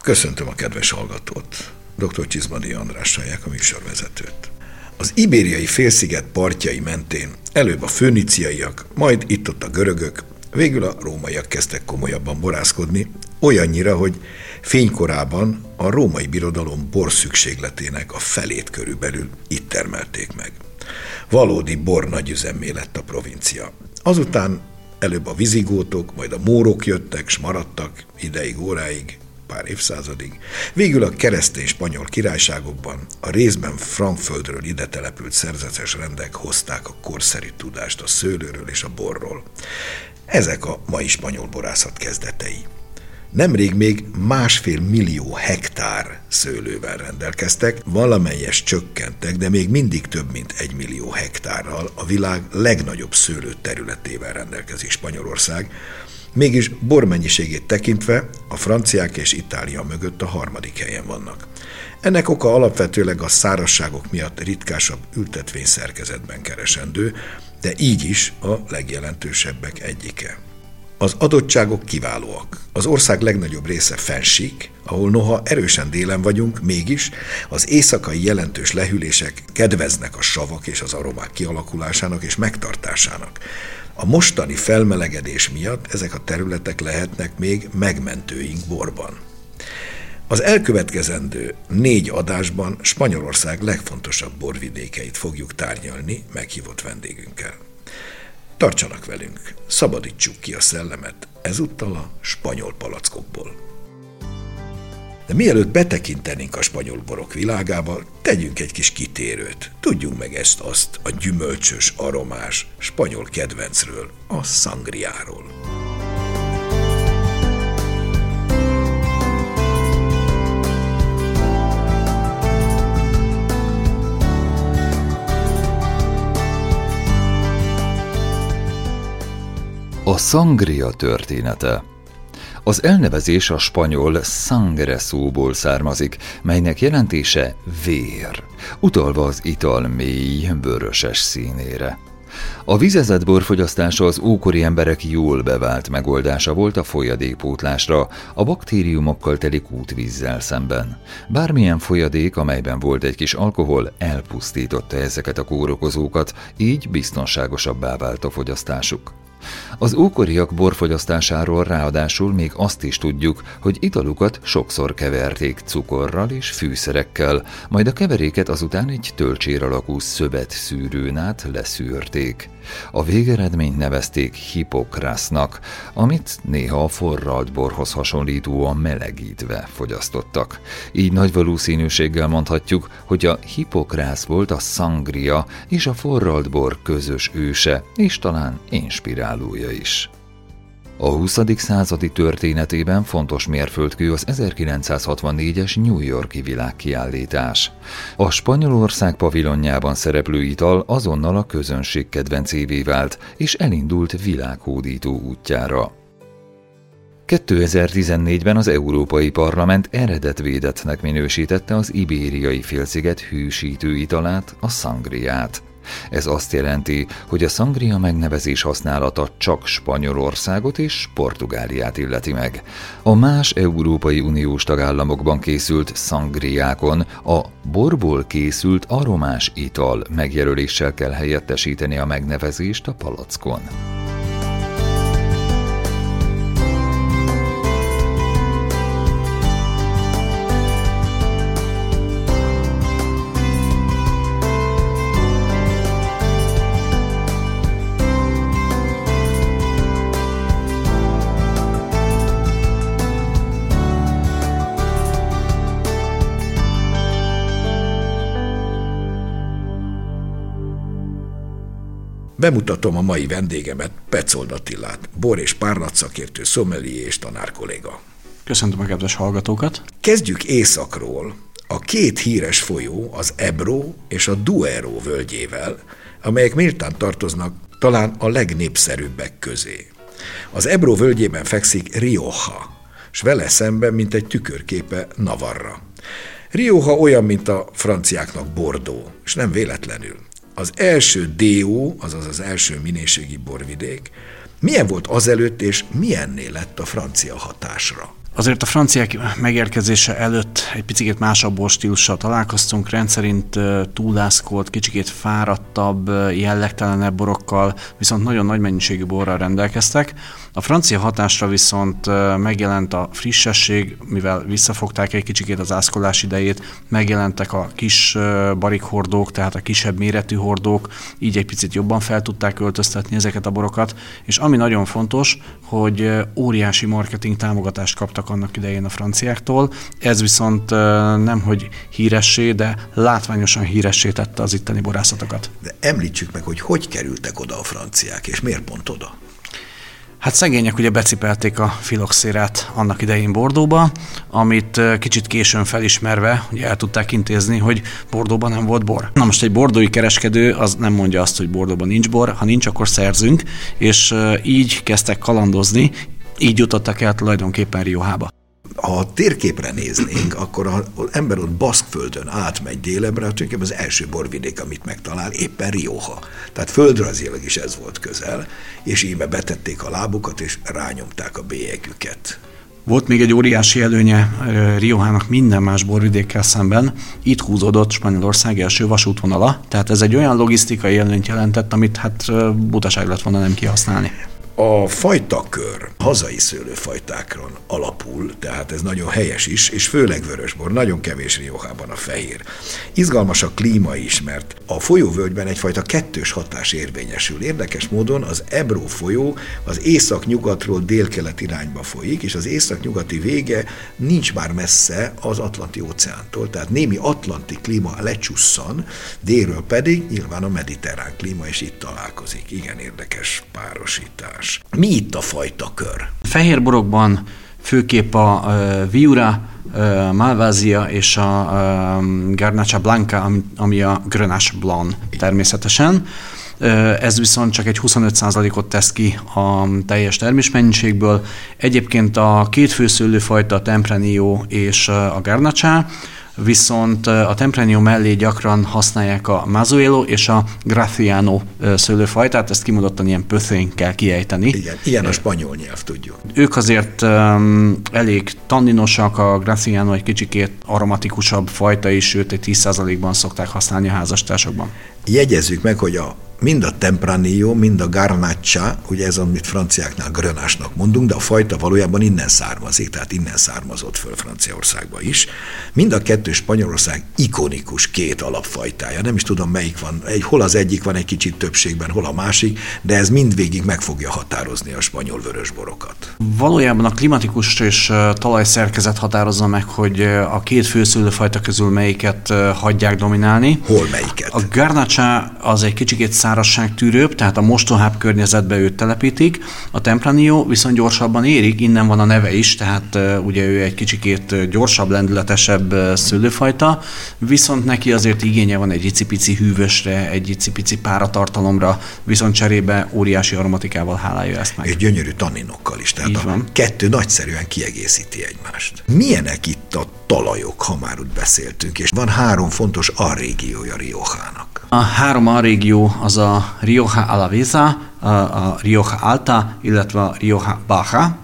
Köszöntöm a kedves hallgatót. Dr. Csizmadi András hallják a műsorvezetőt. Az ibériai félsziget partjai mentén előbb a föníciaiak, majd itt-ott a görögök, végül a rómaiak kezdtek komolyabban borászkodni, olyannyira, hogy fénykorában a római birodalom borszükségletének a felét körülbelül itt termelték meg. Valódi bor nagyüzemmé lett a provincia. Azután előbb a vizigótok, majd a mórok jöttek, s maradtak ideig, óráig, pár évszázadig. Végül a keresztény spanyol királyságokban a részben Frankföldről ide települt szerzetes rendek hozták a korszerű tudást a szőlőről és a borról. Ezek a mai spanyol borászat kezdetei. Nemrég még 1,5 millió hektár szőlővel rendelkeztek, valamelyes csökkentek, de még mindig több mint 1 millió hektárral a világ legnagyobb szőlő területével rendelkezik Spanyolország, mégis bormennyiségét tekintve a franciák és Itália mögött a 3. helyen vannak. Ennek oka alapvetőleg a szárazságok miatt ritkásabb ültetvényszerkezetben keresendő, de így is a legjelentősebbek egyike. Az adottságok kiválóak. Az ország legnagyobb része fennsík, ahol noha erősen délen vagyunk, mégis az éjszakai jelentős lehűlések kedveznek a savak és az aromák kialakulásának és megtartásának. A mostani felmelegedés miatt ezek a területek lehetnek még megmentőink borban. Az elkövetkezendő 4 adásban Spanyolország legfontosabb borvidékeit fogjuk tárgyalni meghívott vendégünkkel. Tartsanak velünk, szabadítsuk ki a szellemet ezúttal a spanyol palackokból. De mielőtt betekintenénk a spanyol borok világába, tegyünk egy kis kitérőt. Tudjunk meg ezt-azt a gyümölcsös, aromás, spanyol kedvencről, a sangriáról. A sangria története. Az elnevezés a spanyol sangre szóból származik, melynek jelentése vér, utalva az ital mély, vöröses színére. A vizezett bor fogyasztása az ókori emberek jól bevált megoldása volt a folyadékpótlásra, a baktériumokkal teli kútvízzel szemben. Bármilyen folyadék, amelyben volt egy kis alkohol, elpusztította ezeket a kórokozókat, így biztonságosabbá vált a fogyasztásuk. Az ókoriak borfogyasztásáról ráadásul még azt is tudjuk, hogy italukat sokszor keverték cukorral és fűszerekkel, majd a keveréket azután egy tölcsér alakú szövetszűrőn át leszűrték. A végeredményt nevezték hippokrásznak, amit néha a forralt borhoz hasonlítóan melegítve fogyasztottak. Így nagy valószínűséggel mondhatjuk, hogy a hippokrász volt a sangria és a forralt bor közös őse, és talán inspirálója is. A 20. századi történetében fontos mérföldkő az 1964-es New York-i világkiállítás. A Spanyolország pavilonjában szereplő ital azonnal a közönség kedvencévé vált, és elindult világhódító útjára. 2014-ben az Európai Parlament eredetvédettnek minősítette az ibériai félsziget hűsítő italát, a sangriát. Ez azt jelenti, hogy a sangria megnevezés használata csak Spanyolországot és Portugáliát illeti meg. A más Európai Uniós tagállamokban készült sangriákon a borból készült aromás ital megjelöléssel kell helyettesíteni a megnevezést a palackon. Bemutatom a mai vendégemet, Petzold Attilát, bor- és párnatszakértő, sommelier és tanárkolléga. Köszöntöm a kedves hallgatókat! Kezdjük északról, a 2 híres folyó, az Ebro és a Duero völgyével, amelyek méltán tartoznak talán a legnépszerűbbek közé. Az Ebro völgyében fekszik Rioja, s vele szemben, mint egy tükörképe, Navarra. Rioja olyan, mint a franciáknak Bordeaux, és nem véletlenül. Az első DO, azaz az első minőségi borvidék, milyen volt azelőtt, és milyenné lett a francia hatásra? Azért a franciák megérkezése előtt egy picit másabb borstílussal találkoztunk, rendszerint túlászkolt, kicsikét fáradtabb, jellegtelenebb borokkal, viszont nagyon nagy mennyiségű borral rendelkeztek. A francia hatásra viszont megjelent a frissesség, mivel visszafogták egy kicsikét az ászkolás idejét, megjelentek a kis barikhordók, tehát a kisebb méretű hordók, így egy picit jobban fel tudták öltöztetni ezeket a borokat, és ami nagyon fontos, hogy óriási marketing támogatást kaptak annak idején a franciáktól, ez viszont nemhogy híressé, de látványosan híressé tette az itteni borászatokat. De említsük meg, hogy kerültek oda a franciák, és miért pont oda? Hát szegények ugye becipelték a filoxérát annak idején Bordeauxba, amit kicsit későn felismerve ugye el tudták intézni, hogy Bordeauxban nem volt bor. Na most egy bordói kereskedő az nem mondja azt, hogy Bordeauxban nincs bor, ha nincs, akkor szerzünk, és így kezdtek kalandozni, így jutottak el tulajdonképpen Riojába. Ha a térképre néznénk, akkor az ember ott Baszkföldön átmegy délebre, tulajdonképpen az első borvidék, amit megtalál, éppen Rioja. Tehát földrajzilag is ez volt közel, és íme betették a lábukat, és rányomták a bélyegüket. Volt még egy óriási előnye Riojának minden más borvidékkel szemben, itt húzódott Spanyolország első vasútvonala, tehát ez egy olyan logisztikai előnyt jelentett, amit hát butaság lett volna nem kihasználni. A fajtakör hazai szőlőfajtákon alapul, tehát ez nagyon helyes is, és főleg vörösbor, nagyon kevés Riojában a fehér. Izgalmas a klíma is, mert a folyóvölgyben egyfajta kettős hatás érvényesül. Érdekes módon az Ebro folyó az észak-nyugatról délkelet irányba folyik, és az észak-nyugati vége nincs már messze az Atlanti-óceántól, tehát némi atlanti klíma lecsusszan, délről pedig nyilván a mediterrán klíma, és itt találkozik. Igen érdekes párosítás. Mi itt a fajtakör? Fehér borokban főképp a Viura, Malvasia és a Garnacha Blanca, ami a Grenache Blanc természetesen. Ez viszont csak egy 25%-ot tesz ki a teljes termésmennyiségből. Egyébként a két főszőlőfajta, a Tempranillo és a Garnacha, viszont a Tempranillo mellé gyakran használják a Mazuelo és a Graciano szőlőfajtát, ezt kimondottan ilyen pöthén kell kiejteni. Igen, ilyen a spanyol nyelv, tudjuk. Ők azért elég tanninosak, a Graciano egy kicsikét aromatikusabb fajta is, sőt egy 10%-ban szokták használni a házastársakban. Jegyezzük meg, hogy mind a Tempranillo, mind a Garnacha, ugye ez, amit franciáknál Grenache-nak mondunk, de a fajta valójában innen származik, tehát innen származott föl Franciaországba is. Mind a kettő Spanyolország ikonikus két alapfajtája. Nem is tudom, melyik van, hol az egyik van egy kicsit többségben, hol a másik, de ez mindvégig meg fogja határozni a spanyol vörösborokat. Valójában a klimatikus és talajszerkezet határozza meg, hogy a két főszőlőfajta közül melyiket hagyják dominálni. Hol melyiket? A Garnacha az egy kicsikét szárazságtűrőbb, tehát a mostohább környezetbe őt telepítik, a Tempranillo viszont gyorsabban érik, innen van a neve is, tehát ugye ő egy kicsikét gyorsabb, lendületesebb szőlőfajta, viszont neki azért igénye van egy icipici hűvösre, egy icipici páratartalomra, viszont cserébe óriási aromatikával hálálja ezt meg. És gyönyörű tanninokkal is, tehát a kettő nagyszerűen kiegészíti egymást. Milyenek itt a talajok, ha már úgy beszéltünk, és van 3 fontos alrégiója Riojának. A 3 alrégió az a Rioja Alavesa, a Rioja Alta, illetve a Rioja Baja.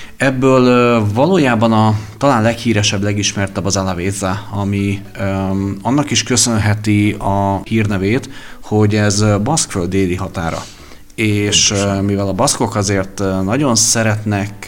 Ebből valójában talán leghíresebb, legismertebb az Alavesa, ami annak is köszönheti a hírnevét, hogy ez Baszkföld déli határa. És mivel a baszkok azért nagyon szeretnek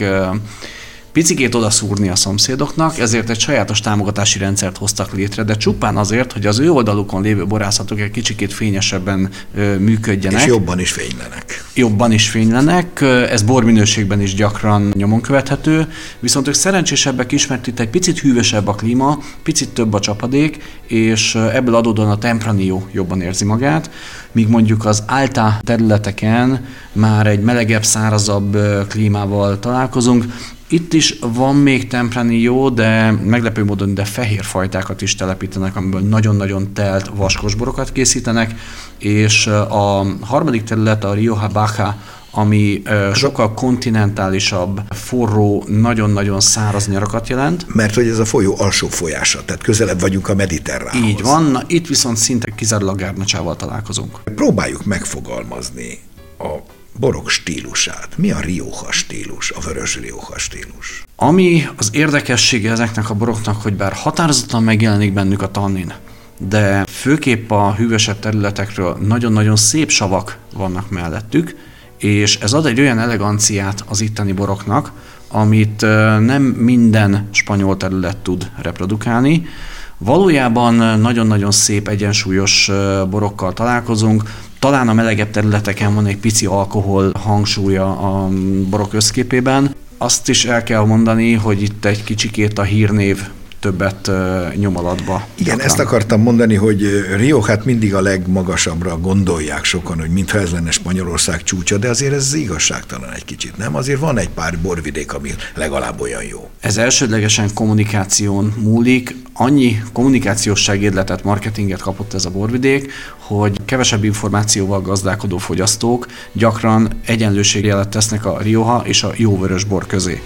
picikét odaszúrni a szomszédoknak, ezért egy sajátos támogatási rendszert hoztak létre, de csupán azért, hogy az ő oldalukon lévő borászatok egy kicsikét fényesebben működjenek. És jobban is fénylenek. Jobban is fénylenek, ez borminőségben is gyakran nyomon követhető, viszont ők szerencsésebbek is, mert itt egy picit hűvösebb a klíma, picit több a csapadék, és ebből adódóan a Tempranillo jobban érzi magát, míg mondjuk az Alta területeken már egy melegebb, szárazabb klímával találkozunk. Itt is van még Tempranillo, de meglepő módon fehér fajtákat is telepítenek, amiből nagyon-nagyon telt vaskosborokat készítenek, és a harmadik terület a Rioja Baja, ami sokkal kontinentálisabb, forró, nagyon-nagyon száraz nyarakat jelent. Mert hogy ez a folyó alsó folyása, tehát közelebb vagyunk a mediterránhoz. Így van, na, itt viszont szinte kizárólag Garnachával találkozunk. Próbáljuk megfogalmazni a borok stílusát. Mi a Rioja stílus, a vörös Rioja stílus? Ami az érdekessége ezeknek a boroknak, hogy bár határozottan megjelenik bennük a tannin, de főképp a hűvösebb területekről nagyon-nagyon szép savak vannak mellettük, és ez ad egy olyan eleganciát az itteni boroknak, amit nem minden spanyol terület tud reprodukálni. Valójában nagyon-nagyon szép, egyensúlyos borokkal találkozunk. Talán a melegebb területeken van egy pici alkohol hangsúlya a borok összképében. Azt is el kell mondani, hogy itt egy kicsikét a hírnév többet nyom alatba. Igen, gyakran. ezt akartam mondani, hogy Rioját mindig a legmagasabbra gondolják sokan, hogy mintha ez lenne Spanyolország csúcsa, de azért ez igazságtalan egy kicsit, nem? Azért van egy pár borvidék, ami legalább olyan jó. Ez elsődlegesen kommunikáción múlik. Annyi kommunikációs segédletet, marketinget kapott ez a borvidék, hogy kevesebb információval gazdálkodó fogyasztók gyakran egyenlőségjelet tesznek a Rioja és a jó vörös bor közé.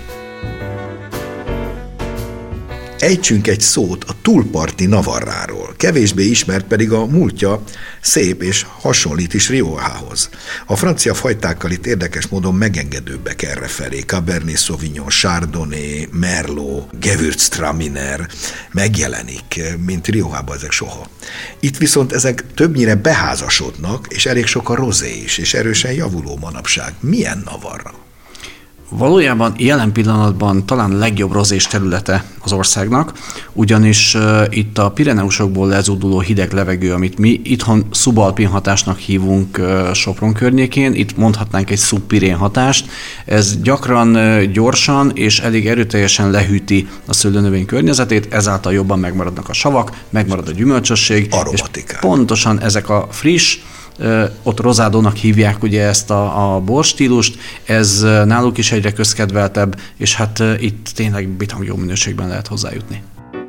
Ejtsünk egy szót a túlparti Navarráról, kevésbé ismert, pedig a múltja szép és hasonlít is Riojához. A francia fajtákkal itt érdekes módon megengedőbbek errefelé, Cabernet Sauvignon, Chardonnay, Merlot, Gewürztraminer megjelenik, mint Riojában ezek soha. Itt viszont ezek többnyire beházasodnak, és elég sok a rozé is, és erősen javuló manapság. Milyen Navarra? Valójában jelen pillanatban talán legjobb rozés területe az országnak, ugyanis itt a Pireneusokból lezúduló hideg levegő, amit mi itthon szubalpin hatásnak hívunk Sopron környékén, itt mondhatnánk egy szubpirén hatást, ez gyakran gyorsan és elég erőteljesen lehűti a szőlőnövény környezetét, ezáltal jobban megmaradnak a savak, megmarad a gyümölcsösség, és pontosan ezek a friss, ott rozádónak hívják ugye ezt a borstílust, ez náluk is egyre közkedveltebb, és hát itt tényleg bitang jó minőségben lehet hozzájutni.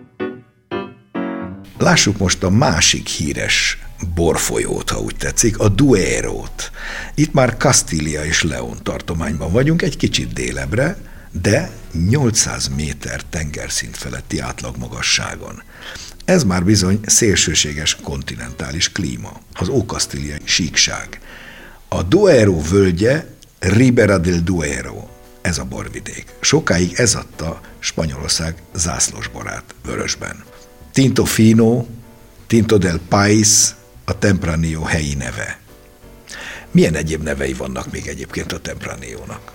Lássuk most a másik híres borfolyót, ha úgy tetszik, a Duerót. Itt már Kastília és León tartományban vagyunk, egy kicsit délebbre, de 800 méter tengerszint feletti átlagmagasságon. Ez már bizony szélsőséges kontinentális klíma, az ókasztíliai síkság. A Duero völgye Ribera del Duero, ez a borvidék. Sokáig ez adta Spanyolország zászlósborát vörösben. Tinto Fino, Tinto del País, a Tempranillo helyi neve. Milyen egyéb nevei vannak még egyébként a Tempranillónak?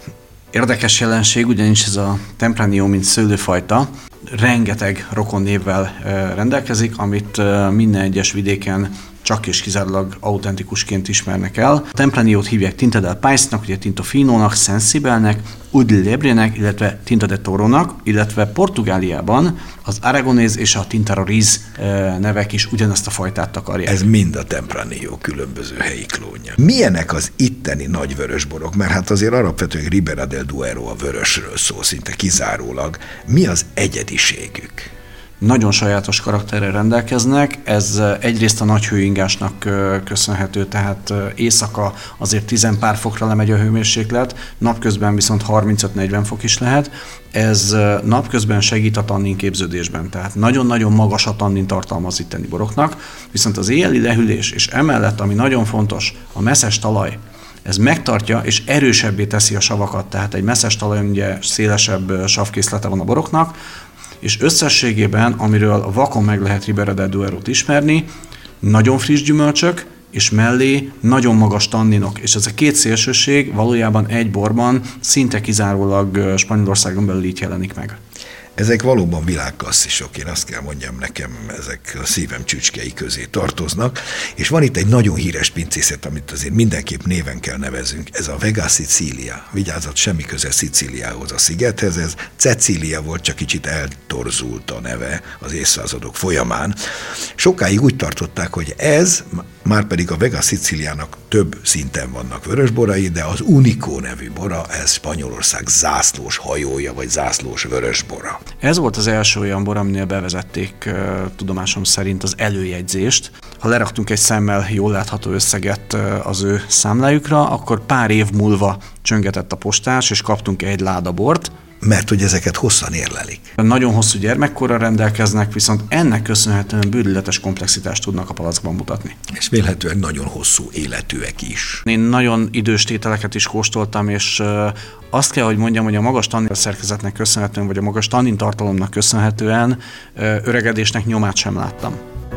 Érdekes jelenség, ugyanis ez a Tempranillo, mint szőlőfajta, rengeteg rokonnévvel rendelkezik, amit minden egyes vidéken csak és kizárólag autentikusként ismernek el. A Tempranillót hívják Tinta del Paísnak, ugye Tinto Finónak, Sensibelnek, Ull de Lebrének, illetve Tinta de Torónak, illetve Portugáliában az Aragonés és a Tinta Roriz nevek is ugyanezt a fajtát takarják. Ez mind a Tempranillo különböző helyi klónja. Milyenek az itteni nagy vörösborok? Mert hát azért alapvetően Ribera del Duero a vörösről szól, szinte kizárólag. Mi az egyediségük? Nagyon sajátos karakterrel rendelkeznek, ez egyrészt a nagy hőingásnak köszönhető, tehát éjszaka azért 10 pár fokra lemegy a hőmérséklet, napközben viszont 35-40 fok is lehet. Ez napközben segít a tannin képződésben, tehát nagyon-nagyon magas a tannin tartalma az itteni boroknak, viszont az éjjeli lehűlés és emellett, ami nagyon fontos, a messzes talaj, ez megtartja és erősebbé teszi a savakat, tehát egy messzes talajon ugye szélesebb savkészlete van a boroknak, és összességében, amiről vakon meg lehet Ribera del Duerót ismerni, nagyon friss gyümölcsök, és mellé nagyon magas tanninok, és ez a két szélsőség valójában egy borban szinte kizárólag Spanyolországon belül így jelenik meg. Ezek valóban világklasszisok, én azt kell mondjam, nekem ezek a szívem csücskei közé tartoznak, és van itt egy nagyon híres pincészet, amit azért mindenképp néven kell nevezünk, ez a Vega Sicilia. Vigyázat, semmi köze Szicíliához, a szigethez, ez Cecília volt, csak kicsit eltorzult a neve az évszázadok folyamán. Sokáig úgy tartották, hogy ez, már pedig a Vega Siciliának több szinten vannak vörösborai, de az Unico nevű bora, ez Spanyolország zászlós hajója, vagy zászlós vörösbora. Ez volt az első olyan bor, aminél bevezették tudomásom szerint az előjegyzést. Ha leraktunk egy szemmel jól látható összeget az ő számlájukra, akkor pár év múlva csöngetett a postás, és kaptunk egy láda bort, mert hogy ezeket hosszan érlelik. Nagyon hosszú gyermekkorra rendelkeznek, viszont ennek köszönhetően bődületes komplexitást tudnak a palackban mutatni. És vélhetően nagyon hosszú életűek is. Én nagyon idős tételeket is kóstoltam, és azt kell, hogy mondjam, hogy a magas tanninszerkezetnek köszönhetően, vagy a magas tannintartalomnak köszönhetően öregedésnek nyomát sem láttam.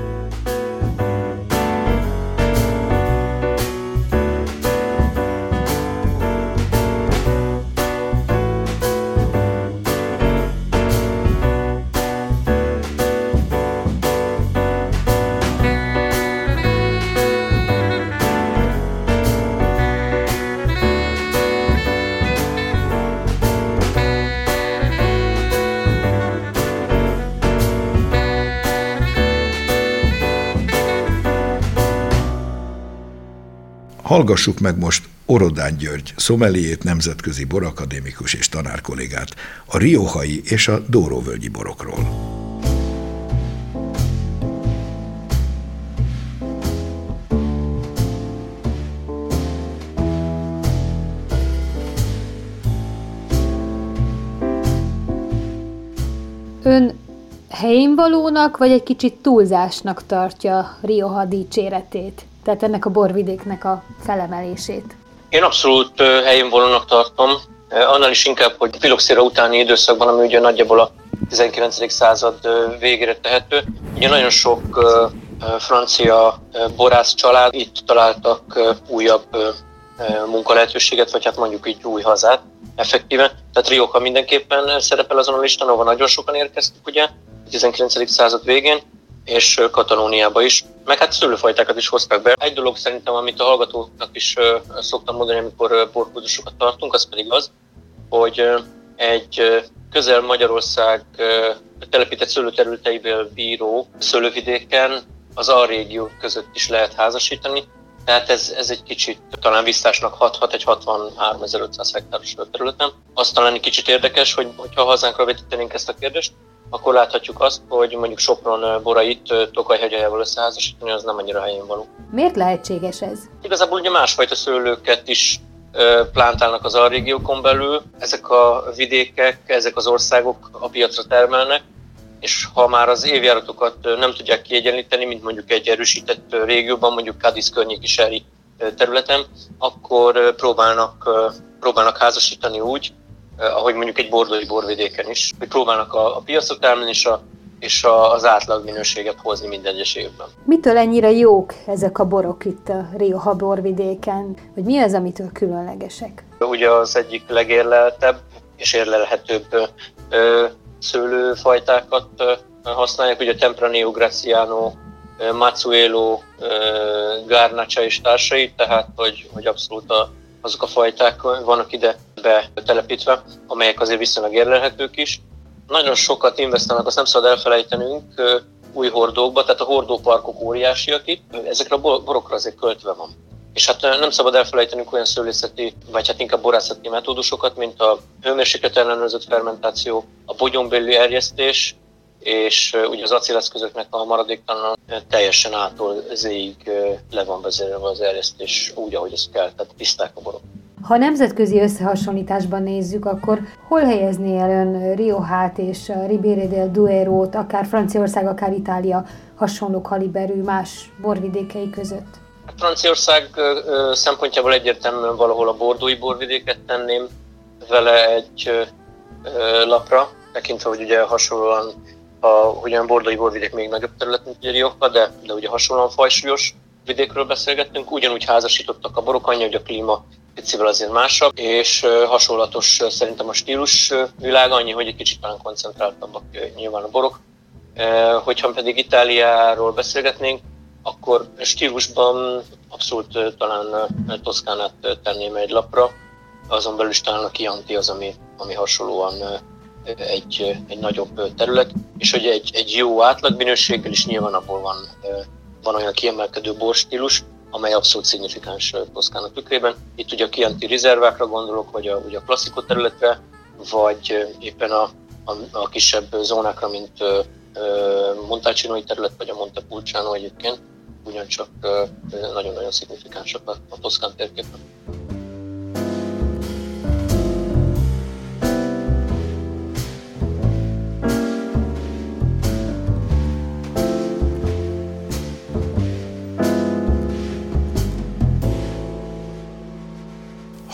Hallgassuk meg most Orodán György, szomeliét, nemzetközi borakadémikus és tanárkollégát a riohai és a dóróvölgyi borokról. Ön helyénvalónak, vagy egy kicsit túlzásnak tartja Rioja dicséretét? Tehát ennek a borvidéknek a felemelését. Én abszolút helyénvalónak tartom, annál is inkább, hogy filoxéra utáni időszakban, ami ugye nagyjából a 19. század végére tehető, ugye nagyon sok francia borász család itt találtak újabb munkalehetőséget, vagy hát mondjuk így új hazát effektíven. Tehát Rioja mindenképpen szerepel azon a listán, ahol nagyon sokan érkeztek ugye a 19. század végén, és Katalóniába is, meg hát szőlőfajtákat is hoztak be. Egy dolog szerintem, amit a hallgatóknak is szoktam mondani, amikor borkurzusokat tartunk, az pedig az, hogy egy közel Magyarország telepített szőlőterületeiből bíró szőlővidéken az alrégió között is lehet házasítani. Tehát ez egy kicsit talán visszásnak hathat egy 63.500 hektáros területen. Azt talán egy kicsit érdekes, hogyha hazánkra vetítenénk ezt a kérdést, akkor láthatjuk azt, hogy mondjuk Sopron borait Tokaj-hegyajával összeházasítani, az nem annyira helyén való. Miért lehetséges ez? Igazából ugye másfajta szőlőket is plántálnak az alrégiókon belül. Ezek a vidékek, ezek az országok a piacra termelnek, és ha már az évjáratokat nem tudják kiegyenlíteni, mint mondjuk egy erősített régióban, mondjuk Cádiz környéki seri területen, akkor próbálnak házasítani úgy, ahogy mondjuk egy bordói borvidéken is, hogy próbálnak a piacra termelni és az átlag minőséget hozni minden egyes évben. Mitől ennyire jók ezek a borok itt a Rioja borvidéken? Vagy mi az, amitől különlegesek? Ugye az egyik legérleltebb és érlelhetőbb szőlőfajtákat használják, ugye Tempranillo, Graziano, Mazzuelo, Garnacha és társai, tehát hogy abszolút azok a fajták vannak ide betelepítve, amelyek azért viszonylag érlelhetők is. Nagyon sokat investálnak, azt nem szabad elfelejtenünk, új hordókba, tehát a hordóparkok óriásiak itt, ezekre a borokra azért költve van. És hát nem szabad elfelejtenünk olyan szőlészeti, vagy hát inkább borászati metódusokat, mint a hőmérséklet ellenőrzött fermentáció, a bogyónbéli erjesztés, és ugye az acéleszközöknek a maradéktalan teljesen A-tól Z-ig le van vezérelve az erjesztés úgy, ahogy ez kell, tehát tiszták a borok. Ha nemzetközi összehasonlításban nézzük, akkor hol helyezné el ön Rioját és Ribera del Duerót, akár Franciaország, akár Itália hasonló kaliberű más borvidékei között? Franciaország szempontjából egyértelműen valahol a bordói borvidéket tenném vele egy lapra, tekintve, hogy ugye hasonlóan ugyan bordói borvidék még nagyobb terület, mint Rioja, de ugye hasonlóan fajsúlyos vidékről beszélgettünk, ugyanúgy házasítottak a borok, annyi, hogy a klíma picivel azért másabb, és hasonlatos szerintem a stílus világ, annyi, hogy egy kicsit talán koncentráltabbak nyilván a borok. Hogyha pedig Itáliáról beszélgetnénk, akkor stílusban abszolút talán Toszkánát tenném egy lapra, azon belül is talán a Chianti az, ami hasonlóan egy nagyobb terület, és hogy egy jó átlagminőséggel is nyilván abból van olyan kiemelkedő borstílus, amely abszolút szignifikáns Toszkána tükrében. Itt ugye a Chianti rezervákra gondolok, vagy a klasszikó területre, vagy éppen a kisebb zónákra, mint Montalcinoi terület, vagy a Montepulciano egyébként, ugyancsak nagyon-nagyon szignifikánsak a toszkán térképen.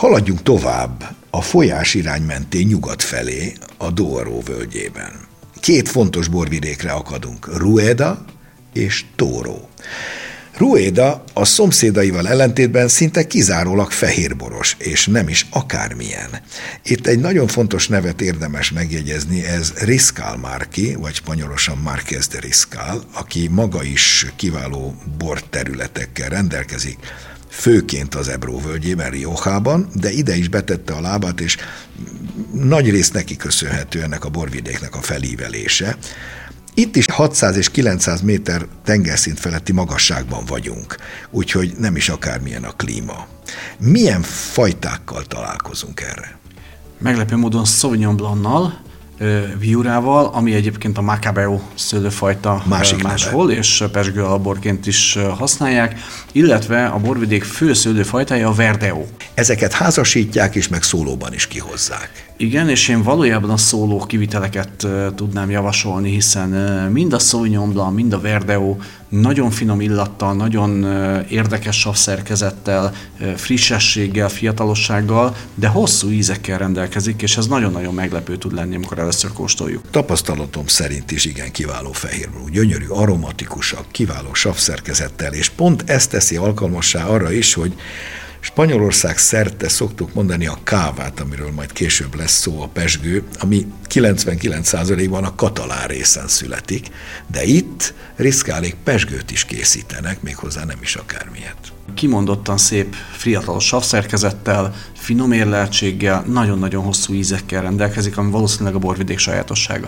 Haladjunk tovább a folyás irány mentén nyugat felé, a Douro völgyében. 2 fontos borvidékre akadunk, Rueda és Toro. Rueda a szomszédaival ellentétben szinte kizárólag fehérboros, és nem is akármilyen. Itt egy nagyon fontos nevet érdemes megjegyezni, ez Riscal Marquí, vagy spanyolosan Marqués de Riscal, aki maga is kiváló borterületekkel rendelkezik, főként az Ebro völgyében, Riojában, de ide is betette a lábát, és nagy részt neki köszönhető ennek a borvidéknek a felívelése. Itt is 600 és 900 méter tengerszint feletti magasságban vagyunk, úgyhogy nem is akármilyen a klíma. Milyen fajtákkal találkozunk erre? Meglepő módon Sauvignon Blanc-nal, Viurával, ami egyébként a Macabeo szőlőfajta máshol, és pezsgő alborként is használják, illetve a borvidék fő szőlőfajtája a Verdeo. Ezeket házasítják és meg szólóban is kihozzák. Igen, és én valójában a szóló kiviteleket tudnám javasolni, hiszen mind a Sauvignon Blanc, mind a Verdeo nagyon finom illattal, nagyon érdekes savszerkezettel, frissességgel, fiatalossággal, de hosszú ízekkel rendelkezik, és ez nagyon-nagyon meglepő tud lenni, amikor először kóstoljuk. Tapasztalatom szerint is igen kiváló fehérború, gyönyörű, aromatikusak, kiváló savszerkezettel, és pont ezt teszi alkalmassá arra is, hogy Spanyolország szerte szoktuk mondani a kávát, amiről majd később lesz szó, a pezsgő, ami 99%-ban a katalán részen születik, de itt Riscalék pezsgőt is készítenek, méghozzá nem is akármilyet. Kimondottan szép, fiatalos savszerkezettel, finom érleltséggel, nagyon-nagyon hosszú ízekkel rendelkezik, ami valószínűleg a borvidék sajátossága.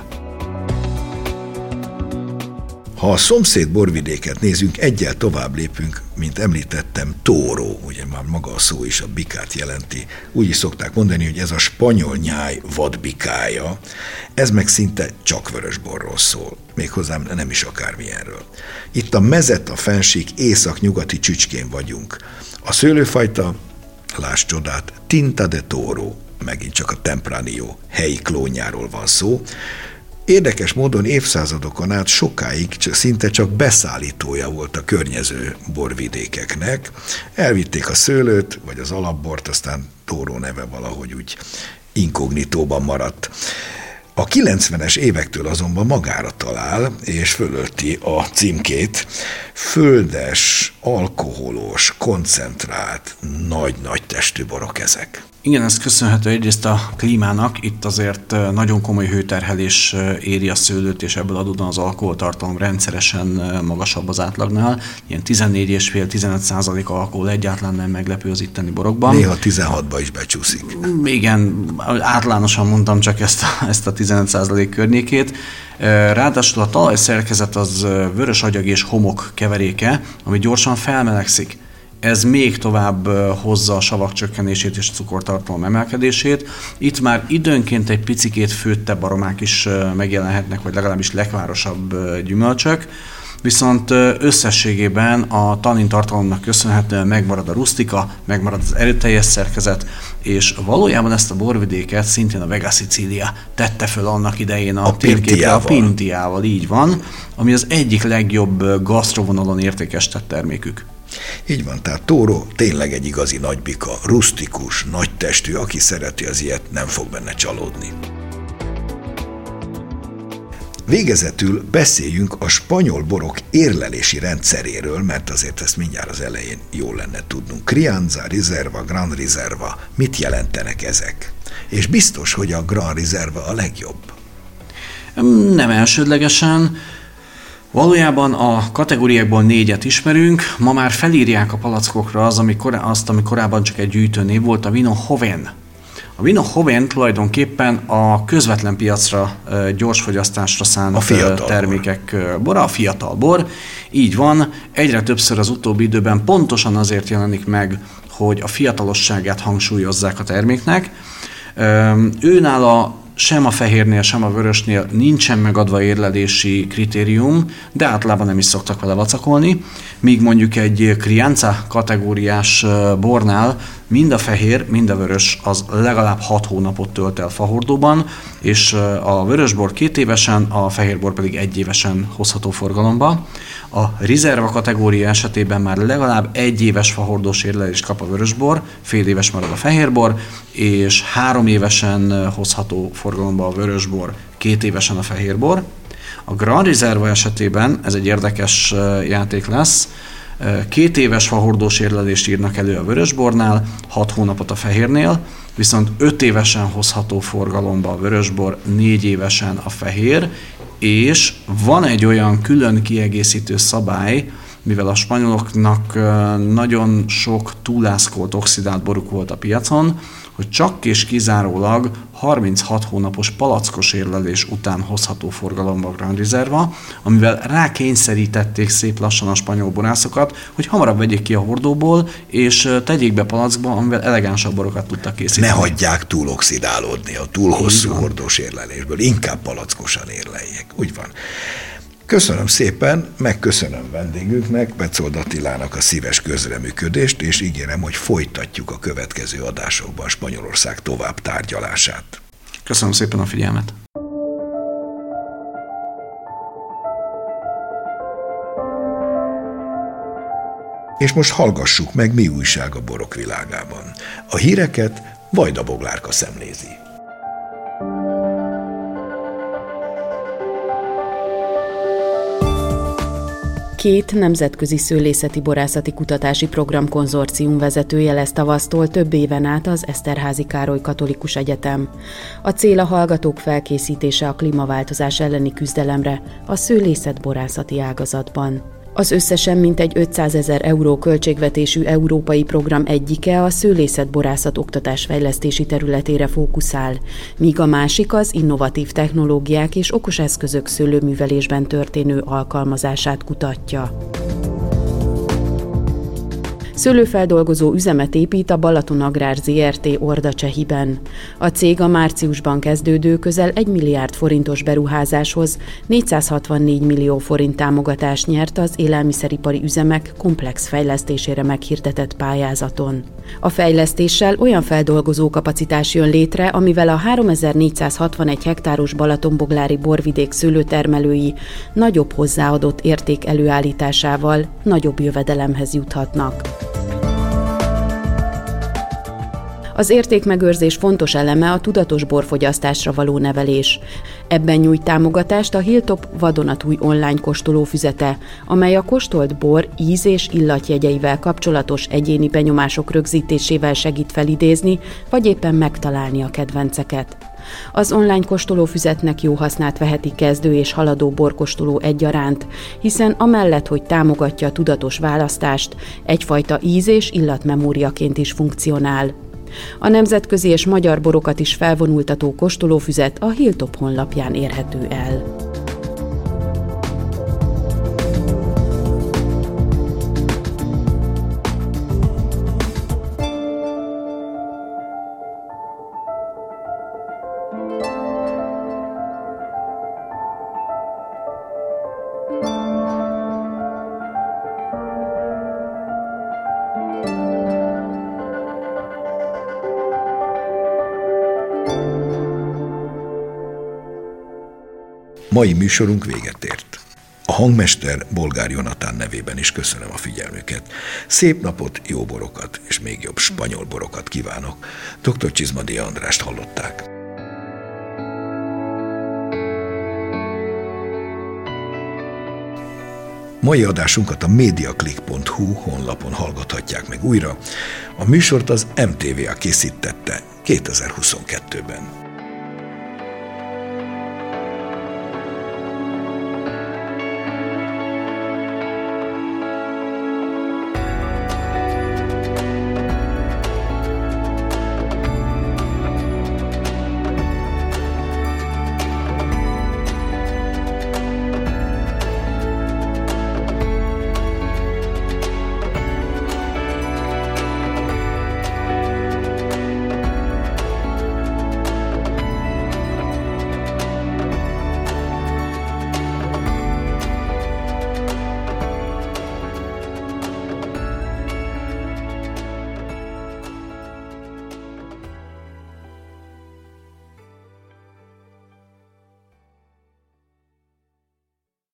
Ha a szomszéd borvidéket nézünk, egyel tovább lépünk, mint említettem, Toro, ugye már maga a szó is a bikát jelenti. Úgy is szokták mondani, hogy ez a spanyol nyáj vadbikája, ez meg szinte csak vörösborról szól, méghozzá nem is akármilyenről. Itt a Mezeta-fennsík észak-nyugati csücskén vagyunk. A szőlőfajta, láss csodát, Tinta de Toro, megint csak a Tempranillo helyi klónjáról van szó. Érdekes módon évszázadokon át sokáig szinte csak beszállítója volt a környező borvidékeknek. Elvitték a szőlőt, vagy az alapbort, aztán Toro neve valahogy úgy inkognitóban maradt. A 90-es évektől azonban magára talál, és fölölti a címkét. Földes, alkoholos, koncentrált, nagy-nagy testű borok ezek. Igen, ez köszönhető egyrészt a klímának, itt azért nagyon komoly hőterhelés éri a szőlőt, és ebből adódóan az alkoholtartalom rendszeresen magasabb az átlagnál. Ilyen 14,5-15% alkohol egyáltalán nem meglepő az itteni borokban. Néha 16-ba is becsúszik. Igen, általánosan mondtam csak ezt a 15% környékét. Ráadásul a talajszerkezet az vörös agyag és homok keveréke, ami gyorsan felmelegszik. Ez még tovább hozza a savak csökkenését és cukortartalom emelkedését. Itt már időnként egy picikét főttebb aromák is megjelenhetnek, vagy legalábbis lekvárosabb gyümölcsök, viszont összességében a tannintartalomnak köszönhetően megmarad a rusztika, megmarad az erőteljes szerkezet, és valójában ezt a borvidéket szintén a Vega Sicilia tette föl annak idején a térképre, a Pintiával, így van, ami az egyik legjobb gasztrovonalon értékesített termékük. Így van, tehát Toro tényleg egy igazi nagybika, rusztikus, nagytestű, aki szereti az ilyet, nem fog benne csalódni. Végezetül beszéljünk a spanyol borok érlelési rendszeréről, mert azért ezt mindjárt az elején jól lenne tudnunk. Crianza, Reserva, Gran Reserva, mit jelentenek ezek? És biztos, hogy a Gran Reserva a legjobb. Nem elsődlegesen. Valójában a kategóriákból 4-et ismerünk, ma már felírják a palackokra ami korábban csak egy gyűjtőnév volt, a Vino Joven. A Vino Joven tulajdonképpen a közvetlen piacra, gyorsfogyasztásra szánt termékek bora, a fiatal bor. Így van, egyre többször az utóbbi időben pontosan azért jelenik meg, hogy a fiatalosságát hangsúlyozzák a terméknek. Őnála sem a fehérnél, sem a vörösnél nincsen megadva érlelési kritérium, de általában nem is szoktak vele vacakolni, míg mondjuk egy Crianza kategóriás bornál mind a fehér, mind a vörös az legalább 6 hónapot tölt el fahordóban, és a vörösbor 2 évesen, a fehérbor pedig 1 évesen hozható forgalomba. A rizerva kategória esetében már legalább 1 éves fahordós érlelést kap a vörösbor, fél éves marad a fehérbor, és 3 évesen hozható forgalomba a vörösbor, 2 évesen a fehérbor. A Grand Reserva esetében ez egy érdekes játék lesz. 2 éves fahordós érlelést írnak elő a vörösbornál, 6 hónapot a fehérnél, viszont 5 évesen hozható forgalomba a vörösbor, 4 évesen a fehér, és van egy olyan külön kiegészítő szabály, mivel a spanyoloknak nagyon sok túlászkolt, oxidált boruk volt a piacon, hogy csak és kizárólag 36 hónapos palackos érlelés után hozható forgalomba a Grand Reserva, amivel rákényszerítették szép lassan a spanyol borászokat, hogy hamarabb vegyék ki a hordóból, és tegyék be palackba, amivel elegánsabb borokat tudtak készíteni. Ne hagyják túl oxidálódni a túl hosszú hordós érlelésből, inkább palackosan érleljék. Úgy van. Köszönöm szépen, megköszönöm vendégünknek, Petzold Attilának a szíves közreműködést, és ígérem, hogy folytatjuk a következő adásokban Spanyolország tovább tárgyalását. Köszönöm szépen a figyelmet! És most hallgassuk meg, mi újság a borok világában. A híreket Vajda Boglárka szemlézi. Két nemzetközi szőlészeti borászati kutatási program konzorcium vezetője lesz tavasztól több éven át az Eszterházy Károly Katolikus Egyetem. A cél a hallgatók felkészítése a klímaváltozás elleni küzdelemre a szőlészet-borászati ágazatban. Az összesen mintegy 500 000 euró költségvetésű európai program egyike a szőlészet-borászat oktatásfejlesztési területére fókuszál, míg a másik az innovatív technológiák és okos eszközök szőlőművelésben történő alkalmazását kutatja. Szőlőfeldolgozó üzemet épít a Balaton Agrár Zrt. Ordacsehiben. A cég a márciusban kezdődő közel 1 milliárd forintos beruházáshoz 464 millió forint támogatást nyert az élelmiszeripari üzemek komplex fejlesztésére meghirdetett pályázaton. A fejlesztéssel olyan feldolgozó kapacitás jön létre, amivel a 3461 hektáros balatonboglári borvidék szőlőtermelői nagyobb hozzáadott érték előállításával nagyobb jövedelemhez juthatnak. Az értékmegőrzés fontos eleme a tudatos borfogyasztásra való nevelés. Ebben nyújt támogatást a Hilltop vadonatúj online kóstolófüzete, amely a kóstolt bor íz- és illatjegyeivel kapcsolatos egyéni benyomások rögzítésével segít felidézni, vagy éppen megtalálni a kedvenceket. Az online kóstolófüzetnek jó hasznát veheti kezdő és haladó borkóstoló egyaránt, hiszen amellett, hogy támogatja a tudatos választást, egyfajta íz- és illatmemóriaként is funkcionál. A nemzetközi és magyar borokat is felvonultató kóstolófüzet a Hilltop honlapján érhető el. Mai műsorunk véget ért. A hangmester Bolgár Jonatán nevében is köszönöm a figyelmüket. Szép napot, jó borokat és még jobb spanyol borokat kívánok. Dr. Csizmadia Andrást hallották. Mai adásunkat a mediaclick.hu honlapon hallgathatják meg újra. A műsort az MTVA készítette 2022-ben.